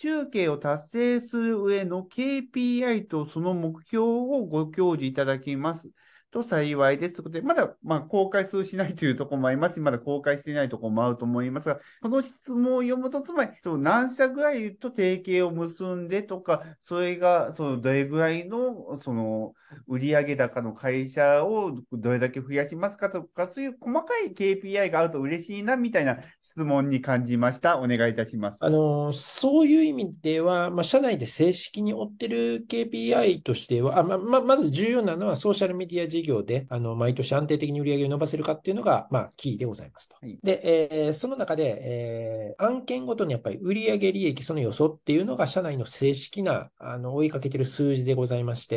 中計を達成する上の KPI とその目標をご教示いただきますと幸いです。ということで、まだ、公開数しないというところもありますし、まだ公開していないところもあると思いますが、この質問を読むと、つまり、何社ぐらいと提携を結んでとか、それが、どれぐらいの、売上高の会社をどれだけ増やしますかとか、そういう細かい KPI があると嬉しいな、みたいな質問に感じました。お願いいたします。 そういう意味では、社内で正式に追ってる KPI としては、まず重要なのはソーシャルメディア事業で、毎年安定的に売り上げを伸ばせるかっていうのが、キーでございますと。 はい。 で、その中で、案件ごとにやっぱり売上利益、その予想っていうのが社内の正式な、追いかけてる数字でございまして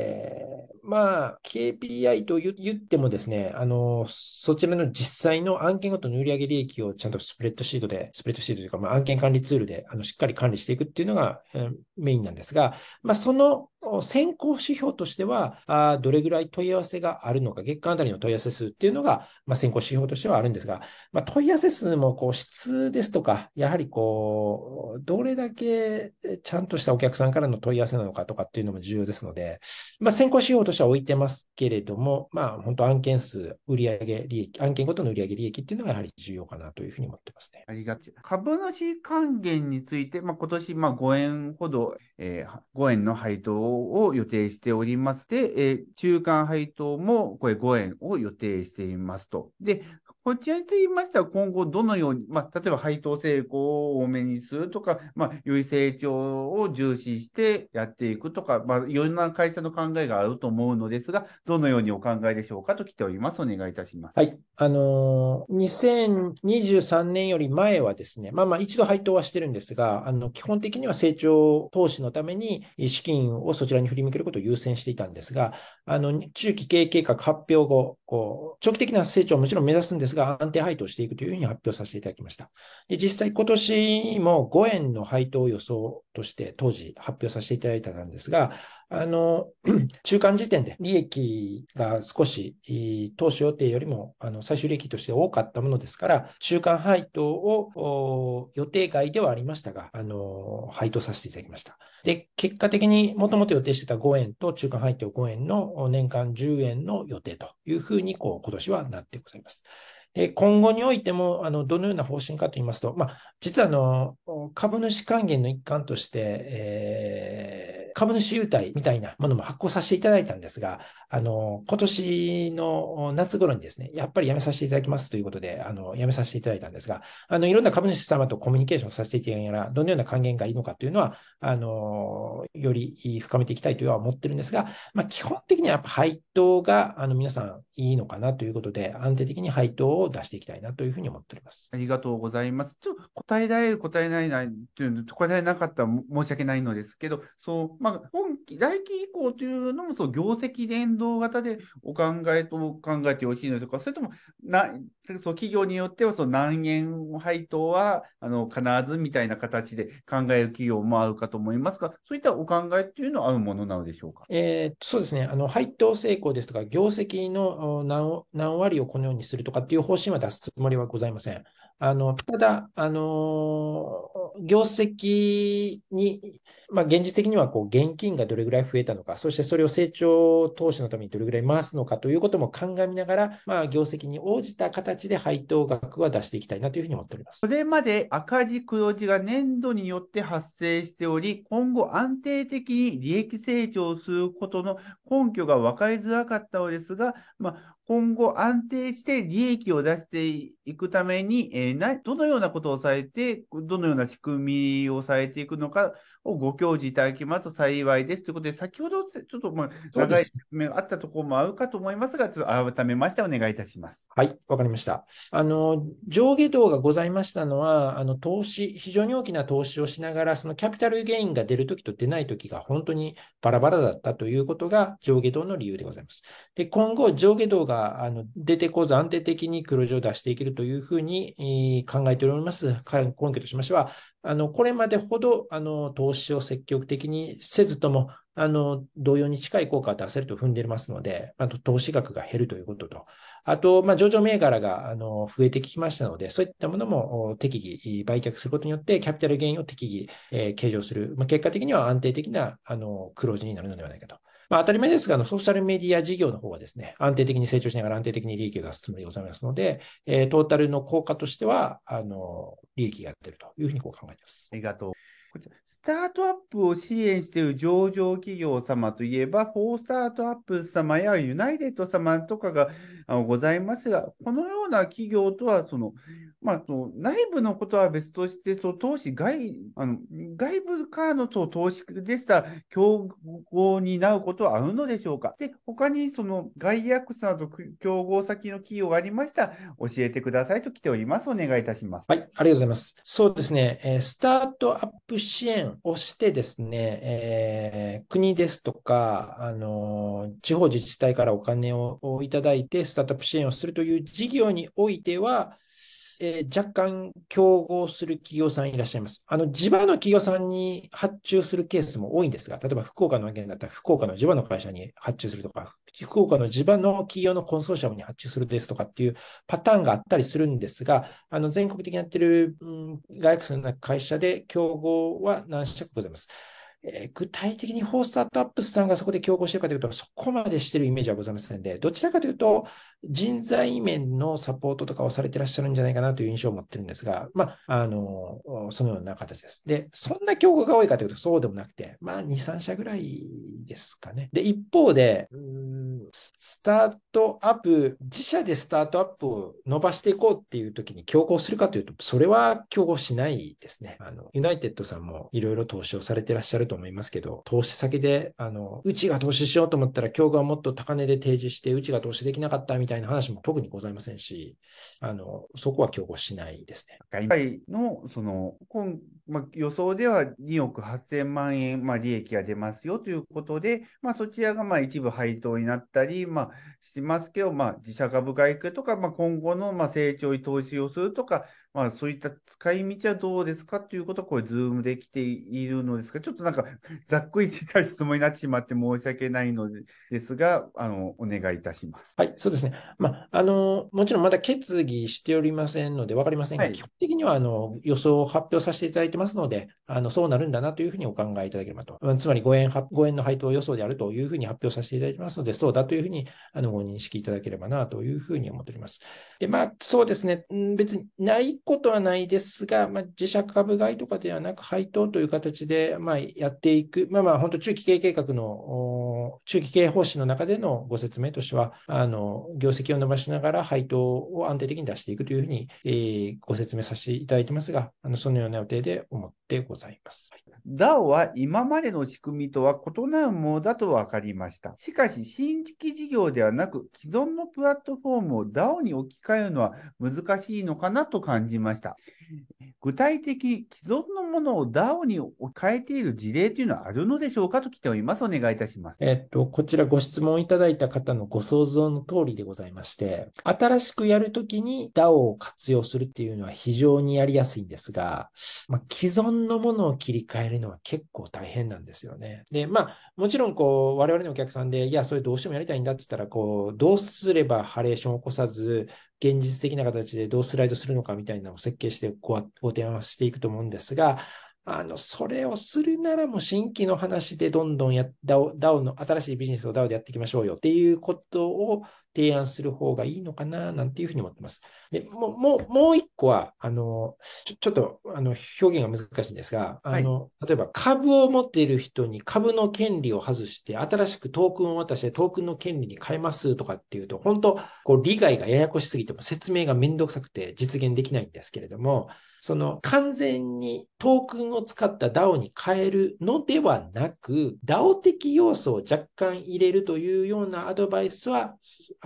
、KPI と言ってもですね、そちらの実際の案件ごとの売上利益をちゃんとスプレッドシートというか、案件管理ツールでしっかり管理していくっていうのが、メインなんですが、その先行指標としては、どれぐらい問い合わせがあるのか、月間あたりの問い合わせ数っていうのが、先行指標としてはあるんですが、問い合わせ数も質ですとか、やはりどれだけちゃんとしたお客さんからの問い合わせなのかとかっていうのも重要ですので、先行指標としては置いてますけれども、本当案件数、売上利益、案件ごとの売上利益っていうのがやはり重要かなというふうに思ってますね。 ありがち。株主還元について、今年、5円ほど、5円の配当を予定しておりまして、中間配当もこれ5円を予定していますと。で、こちらにつきましては、今後どのように、例えば配当成功を多めにするとか、より成長を重視してやっていくとか、いろんな会社の考えがあると思うのですが、どのようにお考えでしょうかと来ております。お願いいたします。 はい。2023年より前はですね、一度配当はしてるんですが、基本的には成長投資のために資金をそちらに振り向けることを優先していたんですが、中期経営計画発表後、長期的な成長はもちろん目指すんですが、安定配当していくというふうに発表させていただきました。で、実際今年も5円の配当予想として当時発表させていただいたんですが、中間時点で利益が少し当初予定よりも最終利益として多かったものですから、中間配当を予定外ではありましたが、配当させていただきました。で、結果的にもともと予定してた5円と中間配当5円の年間10円の予定というふうに今年はなってございます。で、今後においても、どのような方針かと言いますと、実は株主還元の一環として、株主優待みたいなものも発行させていただいたんですが、今年の夏頃にですね、やっぱりやめさせていただきますということで、やめさせていただいたんですが、いろんな株主様とコミュニケーションさせていただきながら、どのような還元がいいのかというのは、より深めていきたいとは思ってるんですが、基本的にはやっぱ配当が、皆さんいいのかなということで、安定的に配当を出していきたいなというふうに思っております。 ありがとうございます。ちょっと答えられる、答えられないっていうの、答えられなかったら申し訳ないのですけど、今期、来期以降というのも、業績連動型でお考えと考えてよろしいのでしょうか。それとも、企業によっては、何円配当は、必ずみたいな形で考える企業もあるかと思いますが、そういったお考えっていうのはあるものなのでしょうか。 そうですね。配当成功ですとか、業績の何割をこのようにするとかっていう方針は出すつもりはございません。ただ、業績に、現実的には現金がどれぐらい増えたのか、そしてそれを成長投資のためにどれぐらい回すのかということも鑑みながら、業績に応じた形で配当額は出していきたいなというふうに思っております。 それまで赤字黒字が年度によって発生しており、今後安定的に利益成長することの根拠が分かりづらかったのですが、今後安定して利益を出していくために、どのようなことをされて、どのような仕組みをされていくのかをご教示いただけますと幸いです。ということで、先ほどちょっと長い説明があったところもあるかと思いますが、ちょっと改めましてお願いいたします。 はい、わかりました。上下動がございましたのは、非常に大きな投資をしながら、そのキャピタルゲインが出るときと出ないときが本当にバラバラだったということが上下動の理由でございます。で、今後、上下動が出てこず安定的に黒字を出していけるというふうに考えております。根拠としましては、これまでほど投資を積極的にせずとも、 同様に近い効果を出せると踏んでますので、投資額が減るということと、あと、上場銘柄が増えてきましたので、そういったものも適宜売却することによって、キャピタルゲインを適宜計上する。結果的には安定的な黒字になるのではないかと。当たり前ですが、ソーシャルメディア事業の方はですね、安定的に成長しながら安定的に利益を出すつもりでございますので、トータルの効果としては、利益が出るというふうに考えています。 ありがとう。こちらスタートアップを支援している上場企業様といえば、フォースタートアップ様やユナイテッド様とかがございますが、このような企業とは、内部のことは別として、投資外部からの投資でした競合になることはあるのでしょうか。で、他に外役者と競合先の企業がありましたら、教えてくださいと来ております。お願いいたします。 はい、ありがとうございます。そうですね、スタートアップ支援をしてですね、国ですとか、地方自治体からお金をいただいて、スタートアップ支援をするという事業においては、若干競合する企業さんいらっしゃいます。地場の企業さんに発注するケースも多いんですが、例えば福岡の案件だったら福岡の地場の会社に発注するとか、福岡の地場の企業のコンソーシアムに発注するですとかっていうパターンがあったりするんですが、全国的にやってる、外国産の会社で競合は何社かございます。具体的にフォースタートアップスさんがそこで競合しているかというと、そこまでしているイメージはございませんで、どちらかというと、人材面のサポートとかをされていらっしゃるんじゃないかなという印象を持ってるんですが、そのような形です。で、そんな競合が多いかというと、そうでもなくて、2、3社ぐらいですかね。で、一方で、スタートアップ、自社でスタートアップを伸ばしていこうっていう時に競合するかというと、それは競合しないですね。ユナイテッドさんもいろいろ投資をされていらっしゃると思いますけど、投資先で、うちが投資しようと思ったら、競合はもっと高値で提示して、うちが投資できなかったみたいな話も特にございませんし、そこは競合しないですね。 今回の、予想では2億8000万円、利益が出ますよということで、そちらが一部配当になったり、しますけど、自社株買いとか、今後の成長に投資をするとか、そういった使い道はどうですかということを、これ、ズームで来ているのですが、ちょっとざっくりした質問になってしまって申し訳ないのですが、お願いいたします。 はい、そうですね。もちろんまだ決議しておりませんので分かりませんが、 はい基本的には予想を発表させていただいてますので、そうなるんだなというふうにお考えいただければと。つまり5円の配当予想であるというふうに発表させていただいてますので、そうだというふうにご認識いただければなというふうに思っております。で、そうですね。別にないことはないですが、自社株買いとかではなく配当という形で、やっていく。本当中期経営計画の、中期経営方針の中でのご説明としては、業績を伸ばしながら配当を安定的に出していくというふうに、ご説明させていただいてますが、そのような予定で思ってございます。 DAO は今までの仕組みとは異なるものだと分かりました。しかし、新規事業ではなく、既存のプラットフォームを DAO に置き換えるのは難しいのかなと感じました。具体的に既存のものを DAO に変えている事例というのはあるのでしょうかと来ております。お願いいたします。 こちらご質問いただいた方のご想像の通りでございまして、新しくやるときに DAO を活用するっていうのは非常にやりやすいんですが、既存のものを切り替えるのは結構大変なんですよね。で、もちろん我々のお客さんで、いや、それどうしてもやりたいんだって言ったら、どうすればハレーションを起こさず、現実的な形でどうスライドするのかみたいなのを設計してご提案していくと思うんですが、それをするならもう新規の話でどんどんDAO の新しいビジネスを DAO でやっていきましょうよっていうことを提案する方がいいのかななんていうふうに思ってます。で、もう一個は、ちょっと表現が難しいんですが、 はい、 例えば株を持っている人に株の権利を外して、新しくトークンを渡してトークンの権利に変えますとかっていうと、本当利害がややこしすぎても説明がめんどくさくて実現できないんですけれども、完全にトークンを使った DAO に変えるのではなく、DAO 的要素を若干入れるというようなアドバイスは、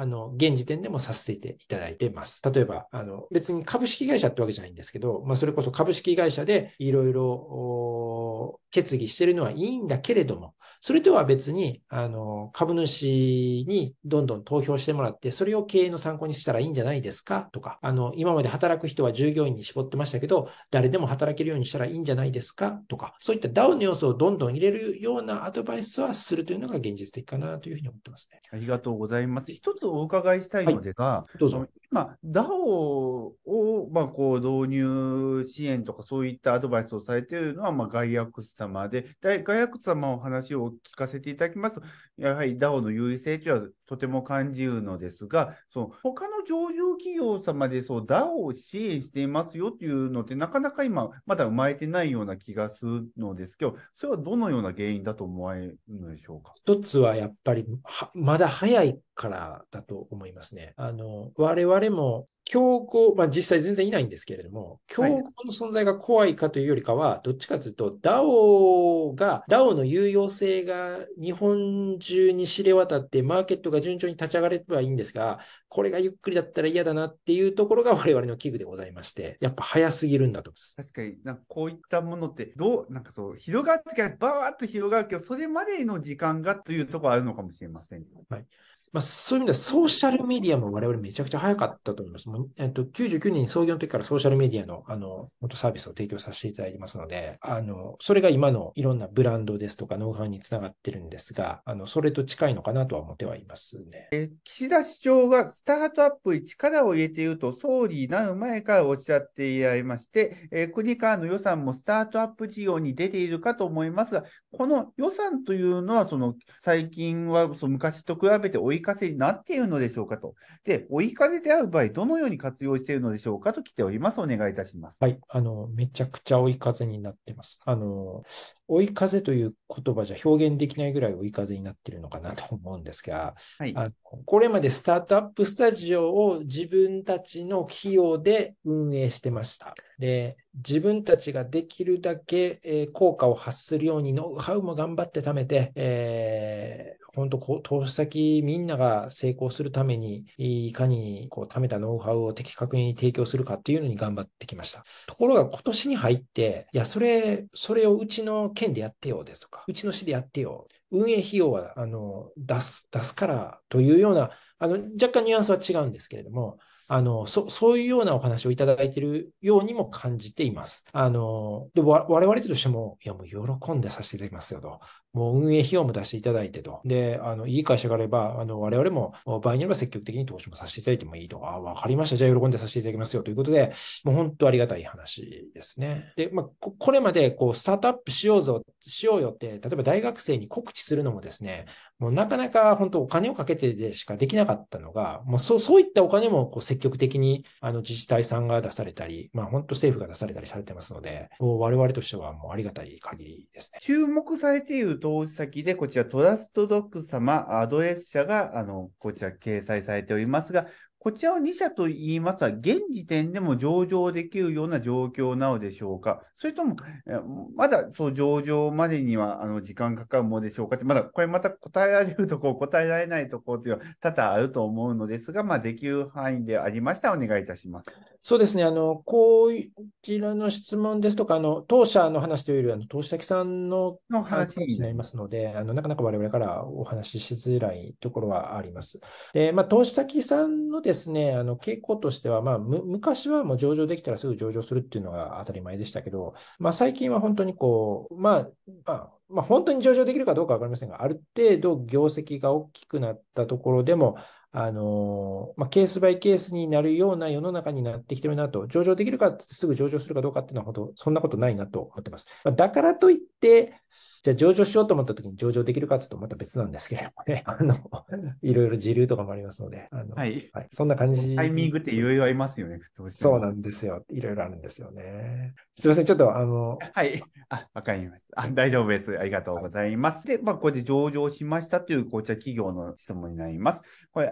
現時点でもさせていただいています。例えば、別に株式会社ってわけじゃないんですけど、それこそ株式会社でいろいろ決議してるのはいいんだけれども、それとは別に、株主にどんどん投票してもらって、それを経営の参考にしたらいいんじゃないですかとか、今まで働く人は従業員に絞ってましたけど、誰でも働けるようにしたらいいんじゃないですかとか、そういった DAO の要素をどんどん入れるようなアドバイスはするというのが現実的かなというふうに思ってますね。 ありがとうございます。一つお伺いしたいはい、 のですが、 どうぞ。 今、DAO を、こう導入支援とかそういったアドバイスをされているのは、外役様で、外役様の話を聞かせていただきますと、やはり DAO の優位性というのはとても感じるのですが、他の上場企業様でDAO を支援していますよというのって、なかなか今、まだ生まれてないような気がするのですけど、それはどのような原因だと思われるのでしょうか。 一つはやっぱりまだ早いからだと思いますね。我々も競合、実際全然いないんですけれども、競はい。 合の存在が怖いかというよりかは、どっちかというと、DAO の有用性が日本中に知れ渡って、マーケットが順調に立ち上がればいいんですが、これがゆっくりだったら嫌だなっていうところが我々の危惧でございまして、やっぱ早すぎるんだと思います。 確かにこういったものって広がってからバーッと広がるけど、それまでの時間がというところあるのかもしれません。 はい。そういう意味ではソーシャルメディアも我々めちゃくちゃ早かったと思います。99年に創業の時からソーシャルメディアの、本当サービスを提供させていただいてますので、それが今のいろんなブランドですとかノウハウにつながってるんですが、それと近いのかなとは思ってはいますね。 岸田首相がスタートアップに力を入れていると総理になる前からおっしゃっていられまして、国からの予算もスタートアップ事業に出ているかと思いますが、この予算というのは、最近は昔と比べて追い風になっているのでしょうかと。で、追い風である場合、どのように活用しているのでしょうかと来ております。お願いいたします。 はい。めちゃくちゃ追い風になってます。追い風という言葉じゃ表現できないぐらい追い風になってるのかなと思うんですが、 はい。 これまでスタートアップスタジオを自分たちの費用で運営してました。で、自分たちができるだけ、効果を発するようにノウハウも頑張って貯めて、本当投資先みんなが成功するために、いかに貯めたノウハウを的確に提供するかっていうのに頑張ってきました。ところが今年に入って、いや、それをうちの県でやってよですとか、うちの市でやってよ。運営費用は、出すからというような、若干ニュアンスは違うんですけれども、そういうようなお話をいただいているようにも感じています。我々としても、いや、もう喜んでさせていただきますよと。もう運営費用も出していただいてと。で、いい会社があれば、我々も場合によれば積極的に投資もさせていただいてもいいと。わかりました。じゃあ喜んでさせていただきますよということで、もう本当ありがたい話ですね。で、これまでスタートアップしようよって、例えば大学生に告知するのもですね、もうなかなか本当お金をかけてでしかできなかったのが、もうそういったお金も積極的に自治体さんが出されたり、本当政府が出されたりされてますので、もう我々としてはもうありがたい限りですね。 注目されている投資先で、こちらトラストドッグ様、アドレス社が、こちら掲載されておりますが、こちらの2社と言いますは、現時点でも上場できるような状況なのでしょうか。それとも、まだ上場までには時間かかるものでしょうかって、これまた答えられるところ、答えられないところというのは多々あると思うのですが、できる範囲でありましたらお願いいたします。 そうですね。こちらの質問ですとか、当社の話というよりは、投資先さんのの話に話になりなります。 ますので、なかなか我々からお話ししづらいところはあります。で、投資先さんのですね、傾向としては、昔はもう上場できたらすぐ上場するっていうのが当たり前でしたけど、最近は本当に本当に上場できるかどうかわかりませんが、ある程度業績が大きくなったところでも、ケースバイケースになるような世の中になってきてるなと、上場できるかってすぐ上場するかどうかっていうのは本当、そんなことないなと思ってます。だからといって、じゃあ上場しようと思った時に上場できるかっていうとまた別なんですけれどもね、いろいろ時流とかもありますので、 はい。 はい、そんな感タイミンじ。 グっていろいろありますよね、どうしてそうも。 なんですよ。いろいろあるんですよね。すいません、ちょっとはい。わかりました。大丈夫です。ありがとうございます。で、これで上場しましたという、こちら企業の質問になります。これ、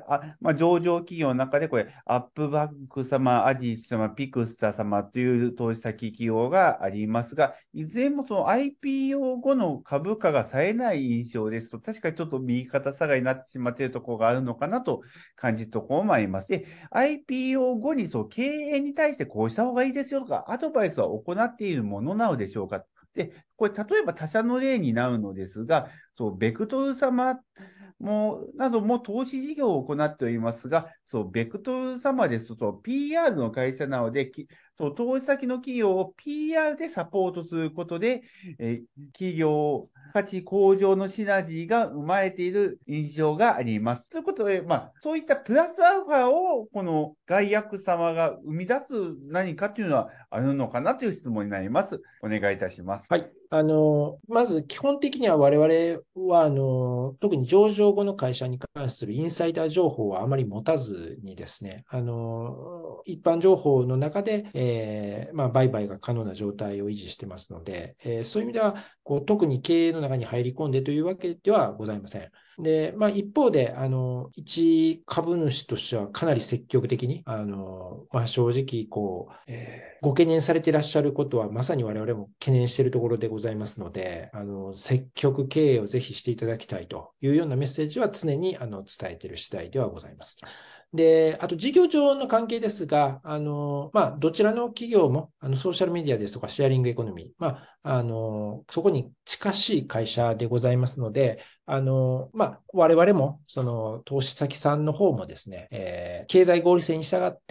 上場企業の中でこれ、アップバック様、アディス様、ピクスタ様という投資先企業がありますが、いずれもその IPO 後の株価が冴えない印象ですと、確かにちょっと右肩下がりになってしまっているところがあるのかなと感じるところもあります。で、IPO 後にそう経営に対してこうした方がいいですよとか、アドバイスは行っているものなのでしょうか。で、これ、例えば他社の例になるのですが、ベクトル様なども投資事業を行っておりますが、ベクトル様ですと、PR の会社なので、投資先の企業を PR でサポートすることで、企業価値向上のシナジーが生まれている印象があります。ということで、そういったプラスアルファを、この外役様が生み出す何かというのはあるのかなという質問になります。お願いいたします。 はい。まず基本的には我々は、特に上場後の会社に関するインサイダー情報はあまり持たずにですね、一般情報の中で、売買が可能な状態を維持してますので、そういう意味では、特に経営の中に入り込んでというわけではございません。で、一方で、一株主としてはかなり積極的に、正直、ご懸念されていらっしゃることは、まさに我々も懸念しているところでございますので、積極経営をぜひしていただきたいというようなメッセージは常に伝えている次第ではございます。で、あと事業上の関係ですが、どちらの企業も、ソーシャルメディアですとかシェアリングエコノミー、そこに近しい会社でございますので、我々も、その投資先さんの方もですね、経済合理性に従って、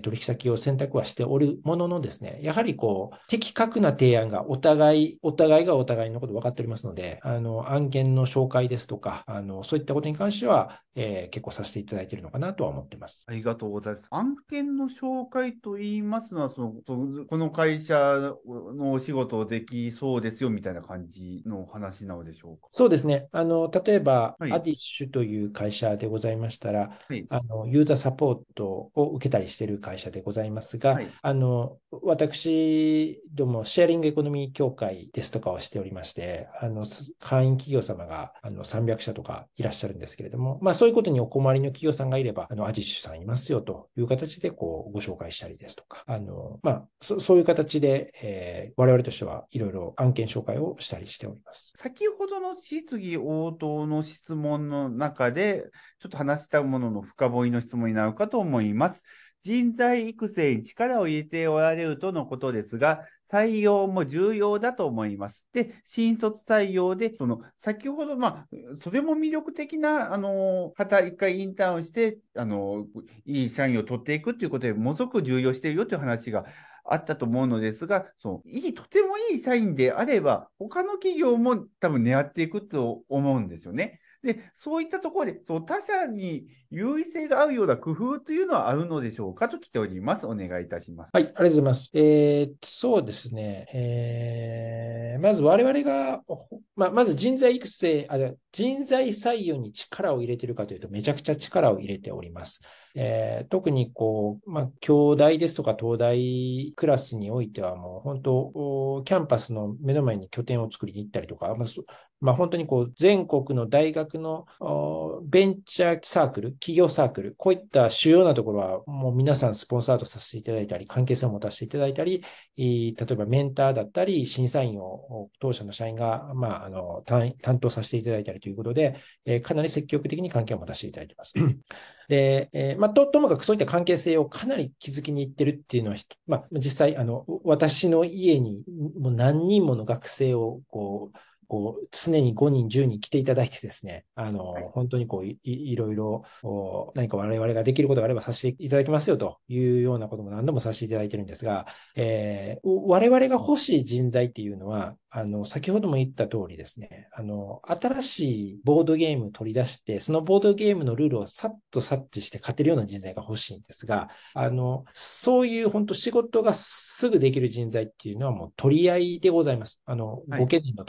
取引先を選択はしておるもののですね、やはり的確な提案がお互いがお互いのこと分かっておりますので、案件の紹介ですとか、そういったことに関しては、結構させていただいているのかなとは思っています。 ありがとうございます。案件の紹介といいますのは、この会社のお仕事できそうですよみたいな感じの話なのでしょうか。 そうですね。例えば、 はい。 アディッシュという会社でございましたら、 はい。 ユーザーサポートを受けたりしている会社でございますが、 はい。 私どもシェアリングエコノミー協会ですとかをしておりまして、会員企業様が300社とかいらっしゃるんですけれども、そういうことにお困りの企業さんがいれば、アディッシュさんいますよという形でご紹介したりですとか、そういう形で、我々としてはいろいろ案件紹介をしたりしております。 先ほどの質疑応答の質問の中で、ちょっと話したものの深掘りの質問になるかと思います。人材育成に力を入れておられるとのことですが、採用も重要だと思います。で、新卒採用で、先ほど、とても魅力的な、一回インターンをして、いい社員を取っていくということで、ものすごく重要しているよという話があったと思うのですが、とてもいい社員であれば、他の企業も多分狙っていくと思うんですよね。で、そういったところで、他社に優位性があるような工夫というのはあるのでしょうかと来ております。お願いいたします。 はい、ありがとうございます。そうですね。まず我々が、まず人材育成、人材採用に力を入れているかというと、めちゃくちゃ力を入れております。特に京大ですとか東大クラスにおいてはもう本当、キャンパスの目の前に拠点を作りに行ったりとか、本当に全国の大学のベンチャーサークル、企業サークル、こういった主要なところはもう皆さんスポンサードさせていただいたり、関係性を持たせていただいたり、例えばメンターだったり、審査員を当社の社員が、担当させていただいたりということで、かなり積極的に関係を持たせていただいています。で、ともかくそういった関係性をかなり築きにいってるっていうのは、実際、私の家にもう何人もの学生を常に5人、10人来ていただいてですね、 はい。 本当にいろいろ、何か我々ができることがあればさせていただきますよというようなことも何度もさせていただいてるんですが、我々が欲しい人材っていうのは、先ほども言った通りですね、新しいボードゲームを取り出して、そのボードゲームのルールをさっと察知して勝てるような人材が欲しいんですが、そういう本当仕事がすぐできる人材っていうのはもう取り合いでございます。ごはい。 懸念の通り取り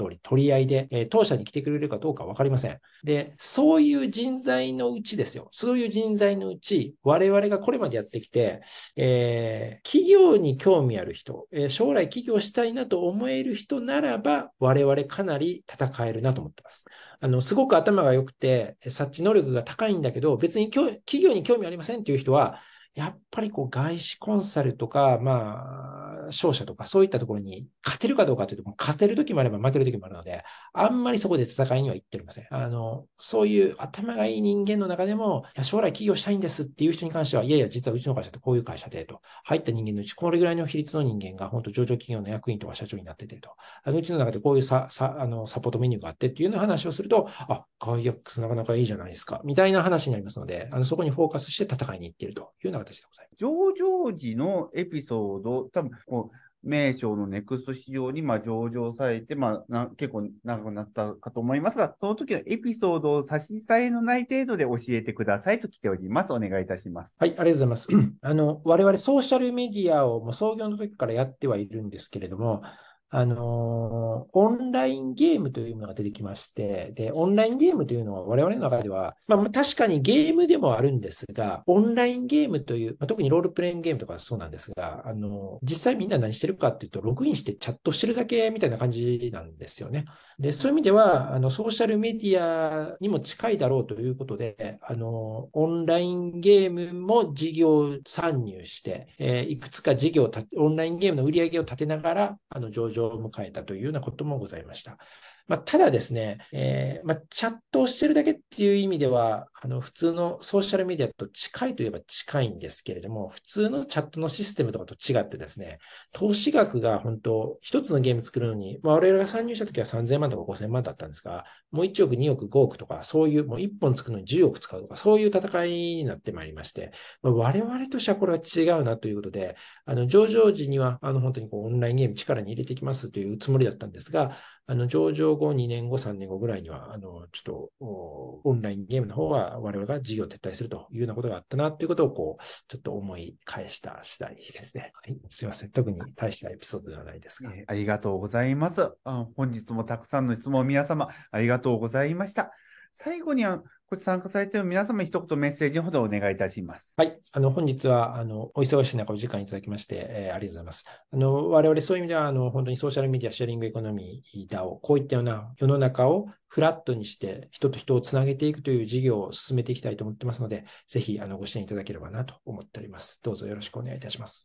割合で、当社に来てくれるかどうかわかりません。で、そういう人材のうちですよ。そういう人材のうち、我々がこれまでやってきて、企業に興味ある人、将来起業したいなと思える人ならば、我々かなり戦えるなと思ってます。すごく頭が良くて、察知能力が高いんだけど、別に企業に興味ありませんっていう人は、やっぱり外資コンサルとか、商社とかそういったところに勝てるかどうかというと、勝てる時もあれば負ける時もあるので、あんまりそこで戦いには行っておりません。そういう頭がいい人間の中でも、いや、将来起業したいんですっていう人に関しては、いやいや、実はうちの会社ってこういう会社でと、入った人間のうち、これぐらいの比率の人間が、本当上場企業の役員とか社長になっててと、うちの中でこういうサポートメニューがあってっていうような話をすると、ガイアックスなかなかいいじゃないですか、みたいな話になりますので、そこにフォーカスして戦いに行っているというような形でございます。 上場時のエピソード、多分名称のネクスト市場に上場されて、結構長くなったかと思いますが、その時のエピソードを差し支えのない程度で教えてくださいと来ております。お願いいたします。 はい、ありがとうございます。我々ソーシャルメディアをもう創業の時からやってはいるんですけれども、オンラインゲームというものが出てきまして、で、オンラインゲームというのは我々の中では、確かにゲームでもあるんですが、オンラインゲームという、特にロールプレイングゲームとかそうなんですが、実際みんな何してるかっていうと、ログインしてチャットしてるだけみたいな感じなんですよね。で、そういう意味では、ソーシャルメディアにも近いだろうということで、オンラインゲームも事業参入して、いくつか事業オンラインゲームの売り上げを立てながら、上場を迎えたというようなこともございました。ただですね、チャットをしてるだけっていう意味では、普通のソーシャルメディアと近いといえば近いんですけれども、普通のチャットのシステムとかと違ってですね、投資額が本当、一つのゲーム作るのに、我々が参入した時は3000万とか5000万だったんですが、もう1億、2億、5億とか、そういう、もう1本作るのに10億使うとか、そういう戦いになってまいりまして、我々としてはこれは違うなということで、上場時には、本当にオンラインゲーム力に入れていきますというつもりだったんですが、上場後、2年後、3年後ぐらいには、ちょっと、オンラインゲームの方は我々が事業撤退するというようなことがあったなということを、ちょっと思い返した次第ですね。はい、すいません。特に大したエピソードではないですが。 ありがとうございます。本日もたくさんの質問、皆様、ありがとうございました。最後にこち参加されている皆様、一言メッセージほどお願いいたします。 はい。本日は、お忙しい中お時間いただきまして、ありがとうございます。我々そういう意味では、本当にソーシャルメディア、シェアリングエコノミー、DAO、こういったような世の中をフラットにして、人と人をつなげていくという事業を進めていきたいと思ってますので、ぜひ、ご支援いただければなと思っております。どうぞよろしくお願いいたします。